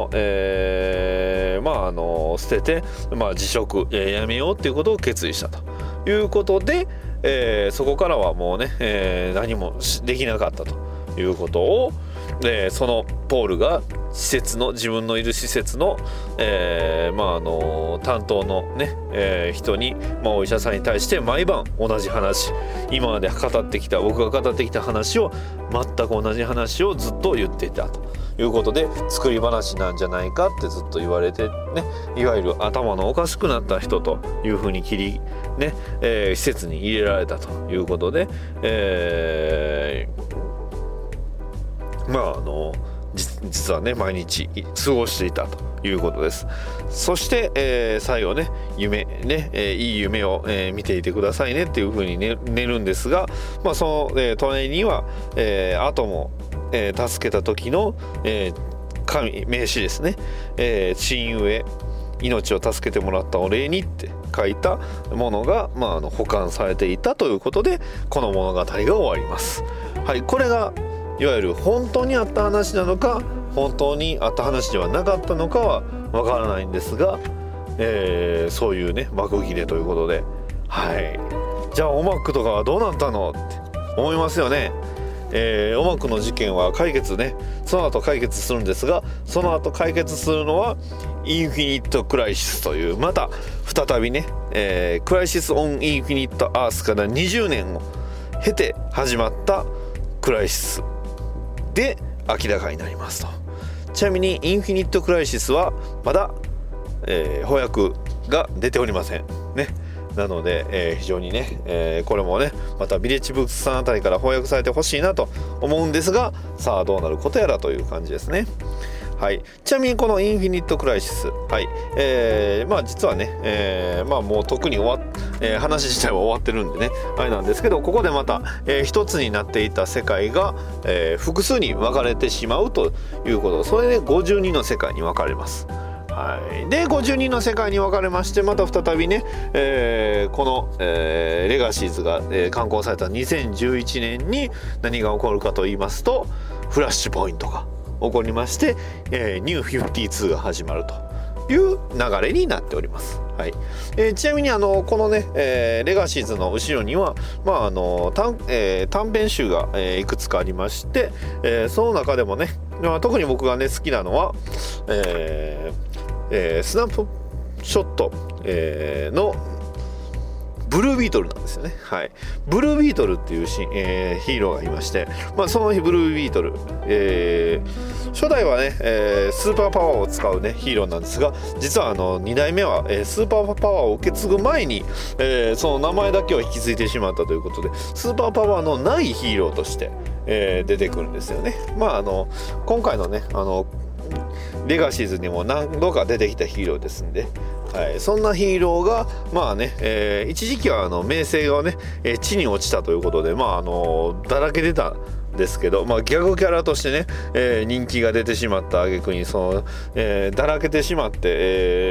捨てて、辞職、やめようということを決意したということで、そこからはもうね、何もできなかったということを、そのポールが自分のいる施設の、担当のね、人に、お医者さんに対して毎晩同じ話、今まで僕が語ってきた話を全く同じ話をずっと言っていたということで、作り話なんじゃないかってずっと言われてね、いわゆる頭のおかしくなった人というふうに施設に入れられたということで、実はね毎日過ごしていたということです。そして、最後ね夢ね、いい夢を、見ていてくださいねっていう風に、寝るんですが、その、隣には、アトムを、助けた時の、名刺ですね、親友へ命を助けてもらったお礼にって書いたものが、保管されていたということで、この物語が終わります。はい、これがいわゆる本当にあった話なのか本当にあった話ではなかったのかはわからないんですが、そういうね幕切れということで、はい、じゃあオマックとかはどうなったのって思いますよね。オマックの事件は解決ね、その後解決するんですが、その後解決するのはインフィニットクライシスという、また再びね、クライシスオンインフィニットアースから20年を経て始まったクライシスで明らかになりますと。ちなみにインフィニットクライシスはまだ、翻訳が出ておりませんね。なので、非常にね、これもねまたビレッジブックスさんあたりから翻訳されてほしいなと思うんですが、さあどうなることやらという感じですね。 はい、ちなみにこのインフィニットクライシス、はい、実はね、もう特に話自体は終わってるんでねあれなんですけど、ここでまた、一つになっていた世界が、複数に分かれてしまうということ、それで52の世界に分かれます。はい、で52の世界に分かれまして、また再びね、この、レガシーズが、刊行された2011年に何が起こるかと言いますと、フラッシュポイントが起こりまして、ニュー52が始まるという流れになっております。はい、ちなみにこのね、レガシーズの後ろには、短編集が、いくつかありまして、その中でもね、特に僕がね好きなのは、スナップショット、のブルービートルなんですよね。はい、ブルービートルっていうヒーローがいまして、そのブルービートル、初代はね、スーパーパワーを使うねヒーローなんですが、実は2代目は、スーパーパワーを受け継ぐ前に、その名前だけを引き継いでしまったということで、スーパーパワーのないヒーローとして、出てくるんですよね。今回のねレガシーズにも何度か出てきたヒーローですんで、はい、そんなヒーローが一時期は名声がね、地に落ちたということでだらけ出たんですけど、ギャグキャラとしてね、人気が出てしまった挙句にだらけてしまって、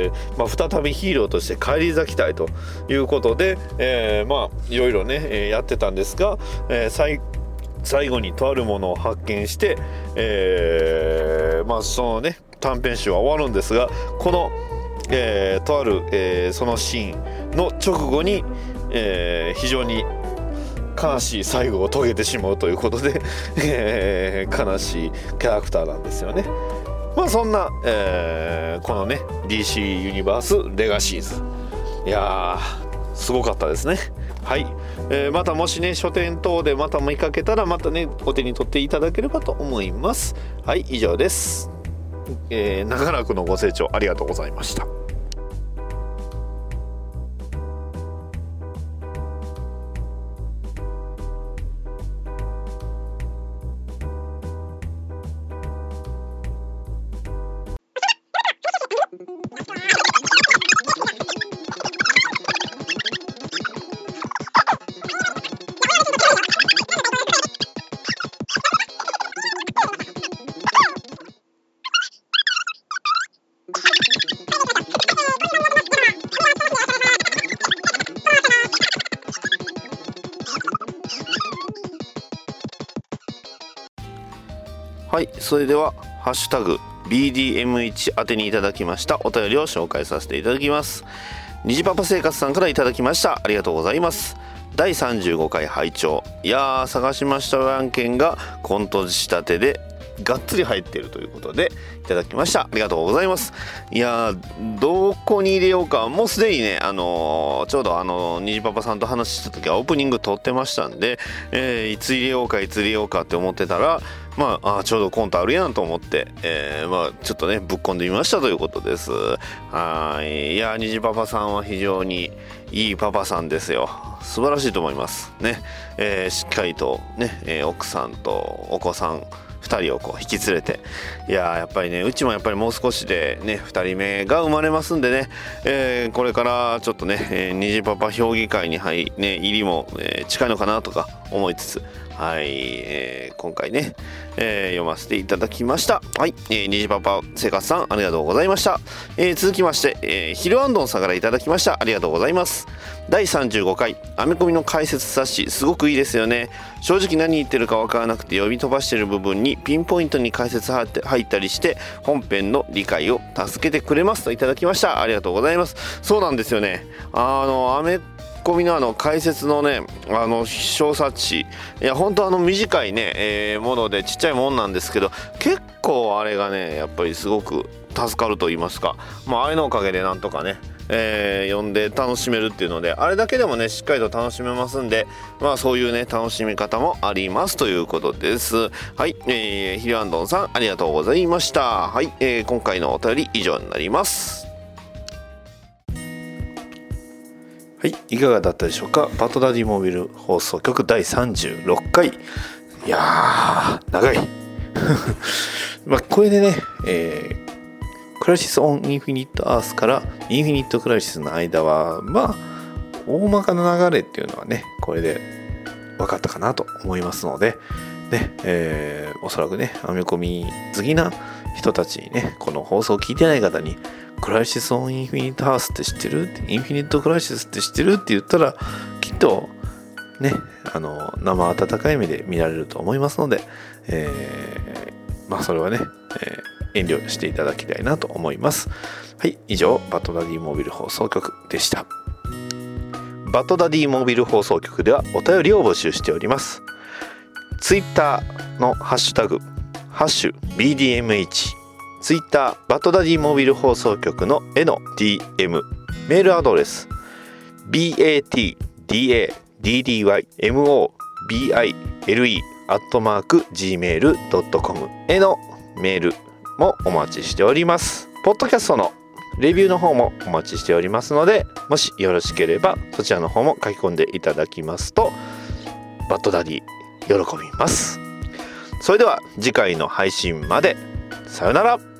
再びヒーローとして返り咲きたいということで、いろいろね、やってたんですが、最後にとあるものを発見して、そのね短編集は終わるんですが、この、とある、そのシーンの直後に、非常に悲しい最後を遂げてしまうということで、悲しいキャラクターなんですよね。そんな、このね DC ユニバースレガシーズ、いやーすごかったですね。はい、またもしね書店等でまた見かけたらまたねお手に取っていただければと思います。はい、以上です。長らくのご清聴ありがとうございました。はい、それではハッシュタグ BDM1 宛てにいただきましたお便りを紹介させていただきます。虹パパ生活さんからいただきました。ありがとうございます。第35回拝聴、いやー探しました案件がコント仕立てでがっつり入っているということでいただきました。ありがとうございます。いやーどこに入れようか、もうすでにねちょうど虹パパさんと話した時はオープニング撮ってましたんで、いつ入れようかって思ってたらちょうどコントあるやんと思って、ちょっとねぶっ込んでみましたということです。はい、いや虹パパさんは非常にいいパパさんですよ。素晴らしいと思いますね。しっかりとね、奥さんとお子さん2人をこう引き連れて、いややっぱりねうちもやっぱりもう少しでね2人目が生まれますんでね、これからちょっとね、虹パパ評議会に入りも、近いのかなとか思いつつ、はい、今回ね、読ませていただきました。はい、虹パパ生活さんありがとうございました。続きまして、ヒルアンドンさんからいただきました。ありがとうございます。第35回アメコミの解説冊子すごくいいですよね。正直何言ってるか分からなくて読み飛ばしている部分にピンポイントに解説入ったりして本編の理解を助けてくれますといただきました。ありがとうございます。そうなんですよね。アメコミの解説のね小冊子、いや本当短いね、ものでちっちゃいもんなんですけど、結構あれがねやっぱりすごく助かると言いますか、あれのおかげでなんとかね読んで楽しめるっていうので、あれだけでもねしっかりと楽しめますんで、そういうね楽しみ方もありますということです。はい、ヒルアンドンさんありがとうございました。はい、今回のお便り以上になります。はい、いかがだったでしょうか。バトダディモービル放送局第36回、いやー長いこれでね、クライシス・オン・インフィニット・アースからインフィニット・クライシスの間は大まかな流れっていうのはねこれで分かったかなと思いますので、ねおそらくねアメコミ好きな人たちにねこの放送を聞いてない方にクライシス・オン・インフィニット・アースって知ってる？インフィニット・クライシスって知ってる？って言ったらきっとね生温かい目で見られると思いますので、それはね、遠慮していただきたいなと思います。はい、以上バッドダディモービル放送局でした。バッドダディモービル放送局ではお便りを募集しております。ツイッターのハッシュタグ#BDMH、ツイッターバッドダディモービル放送局のへの DM、メールアドレス batdadmobile@gmail.com へのメールもお待ちしております。ポッドキャストのレビューの方もお待ちしておりますので、もしよろしければそちらの方も書き込んでいただきますとバッドダディ喜びます。それでは次回の配信まで、さよなら。